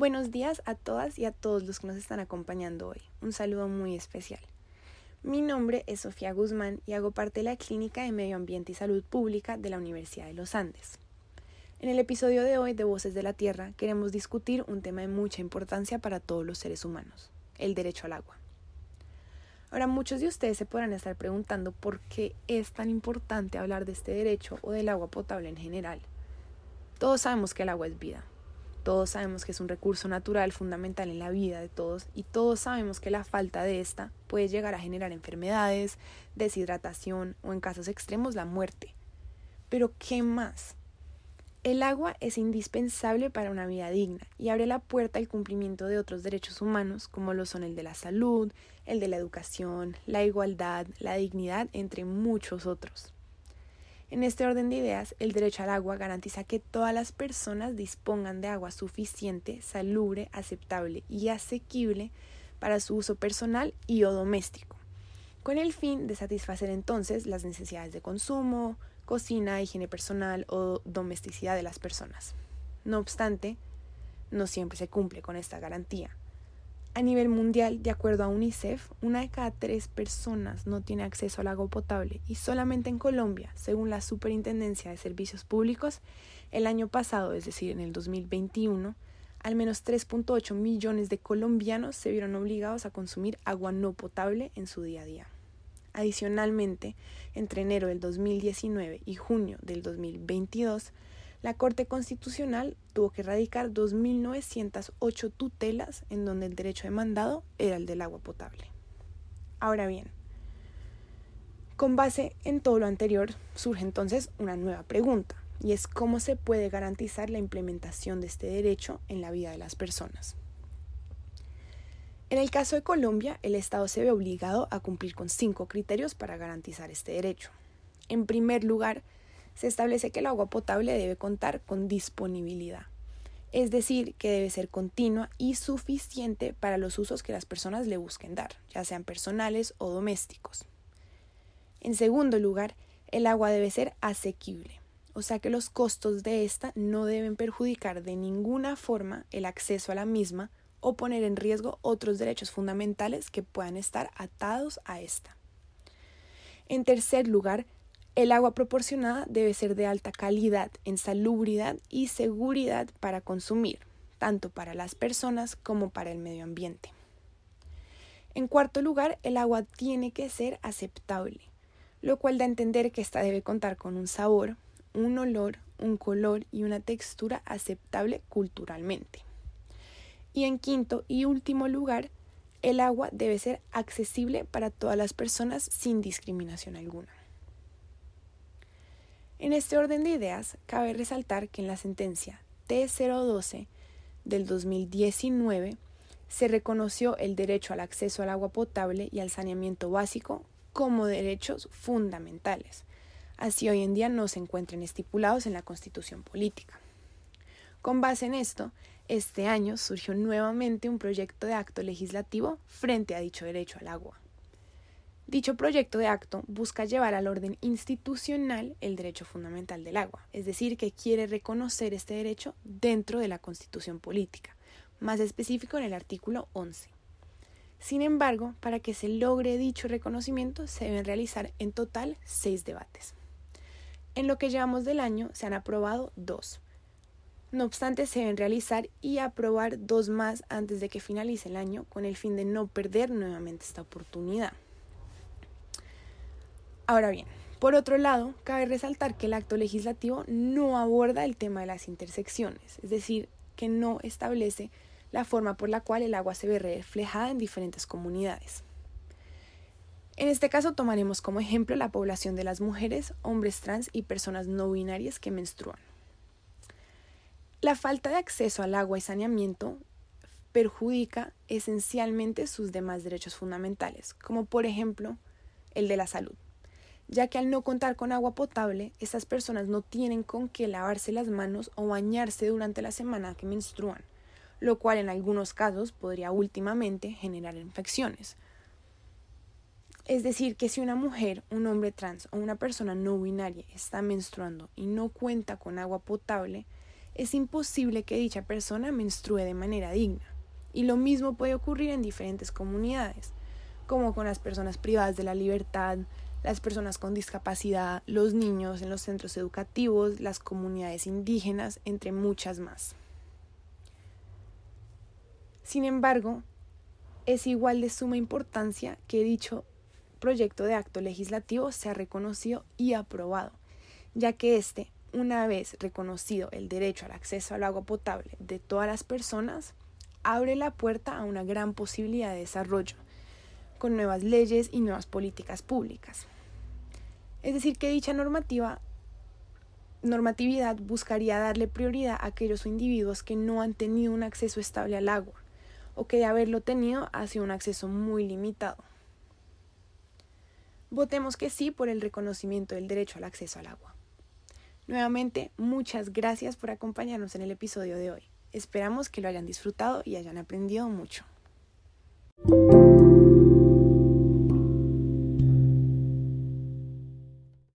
Buenos días a todas y a todos los que nos están acompañando hoy. Un saludo muy especial. Mi nombre es Sofía Guzmán y hago parte de la Clínica de Medio Ambiente y Salud Pública de la Universidad de los Andes. En el episodio de hoy de Voces de la Tierra queremos discutir un tema de mucha importancia para todos los seres humanos, el derecho al agua. Ahora, muchos de ustedes se podrán estar preguntando por qué es tan importante hablar de este derecho o del agua potable en general. Todos sabemos que el agua es vida. Todos sabemos que es un recurso natural fundamental en la vida de todos y todos sabemos que la falta de esta puede llegar a generar enfermedades, deshidratación o en casos extremos la muerte. Pero ¿qué más? El agua es indispensable para una vida digna y abre la puerta al cumplimiento de otros derechos humanos como lo son el de la salud, el de la educación, la igualdad, la dignidad, entre muchos otros. En este orden de ideas, el derecho al agua garantiza que todas las personas dispongan de agua suficiente, salubre, aceptable y asequible para su uso personal y o doméstico, con el fin de satisfacer entonces las necesidades de consumo, cocina, higiene personal o domesticidad de las personas. No obstante, no siempre se cumple con esta garantía. A nivel mundial, de acuerdo a UNICEF, 1 de cada 3 personas no tiene acceso al agua potable y solamente en Colombia, según la Superintendencia de Servicios Públicos, el año pasado, es decir, en el 2021, al menos 3.8 millones de colombianos se vieron obligados a consumir agua no potable en su día a día. Adicionalmente, entre enero del 2019 y junio del 2022, la Corte Constitucional tuvo que radicar 2.908 tutelas en donde el derecho demandado era el del agua potable. Ahora bien, con base en todo lo anterior, surge entonces una nueva pregunta, y es cómo se puede garantizar la implementación de este derecho en la vida de las personas. En el caso de Colombia, el Estado se ve obligado a cumplir con 5 criterios para garantizar este derecho. En primer lugar, se establece que el agua potable debe contar con disponibilidad, es decir, que debe ser continua y suficiente para los usos que las personas le busquen dar, ya sean personales o domésticos. En segundo lugar, el agua debe ser asequible, o sea que los costos de esta no deben perjudicar de ninguna forma el acceso a la misma o poner en riesgo otros derechos fundamentales que puedan estar atados a esta. En tercer lugar, el agua proporcionada debe ser de alta calidad en salubridad y seguridad para consumir, tanto para las personas como para el medio ambiente. En cuarto lugar, el agua tiene que ser aceptable, lo cual da a entender que ésta debe contar con un sabor, un olor, un color y una textura aceptable culturalmente. Y en quinto y último lugar, el agua debe ser accesible para todas las personas sin discriminación alguna. En este orden de ideas, cabe resaltar que en la sentencia T012 del 2019 se reconoció el derecho al acceso al agua potable y al saneamiento básico como derechos fundamentales. Así hoy en día no se encuentran estipulados en la Constitución política. Con base en esto, este año surgió nuevamente un proyecto de acto legislativo frente a dicho derecho al agua. Dicho proyecto de acto busca llevar al orden institucional el derecho fundamental del agua, es decir, que quiere reconocer este derecho dentro de la Constitución política, más específico en el artículo 11. Sin embargo, para que se logre dicho reconocimiento se deben realizar en total 6 debates. En lo que llevamos del año se han aprobado 2. No obstante, se deben realizar y aprobar 2 más antes de que finalice el año con el fin de no perder nuevamente esta oportunidad. Ahora bien, por otro lado, cabe resaltar que el acto legislativo no aborda el tema de las intersecciones, es decir, que no establece la forma por la cual el agua se ve reflejada en diferentes comunidades. En este caso tomaremos como ejemplo la población de las mujeres, hombres trans y personas no binarias que menstruan. La falta de acceso al agua y saneamiento perjudica esencialmente sus demás derechos fundamentales, como por ejemplo el de la salud, ya que al no contar con agua potable, estas personas no tienen con qué lavarse las manos o bañarse durante la semana que menstruan, lo cual en algunos casos podría últimamente generar infecciones. Es decir, que si una mujer, un hombre trans o una persona no binaria está menstruando y no cuenta con agua potable, es imposible que dicha persona menstrue de manera digna. Y lo mismo puede ocurrir en diferentes comunidades, como con las personas privadas de la libertad, las personas con discapacidad, los niños en los centros educativos, las comunidades indígenas, entre muchas más. Sin embargo, es igual de suma importancia que dicho proyecto de acto legislativo sea reconocido y aprobado, ya que una vez reconocido el derecho al acceso al agua potable de todas las personas, abre la puerta a una gran posibilidad de desarrollo, con nuevas leyes y nuevas políticas públicas. Es decir, que dicha normatividad buscaría darle prioridad a aquellos individuos que no han tenido un acceso estable al agua, o que de haberlo tenido ha sido un acceso muy limitado. Votemos que sí por el reconocimiento del derecho al acceso al agua. Nuevamente, muchas gracias por acompañarnos en el episodio de hoy. Esperamos que lo hayan disfrutado y hayan aprendido mucho.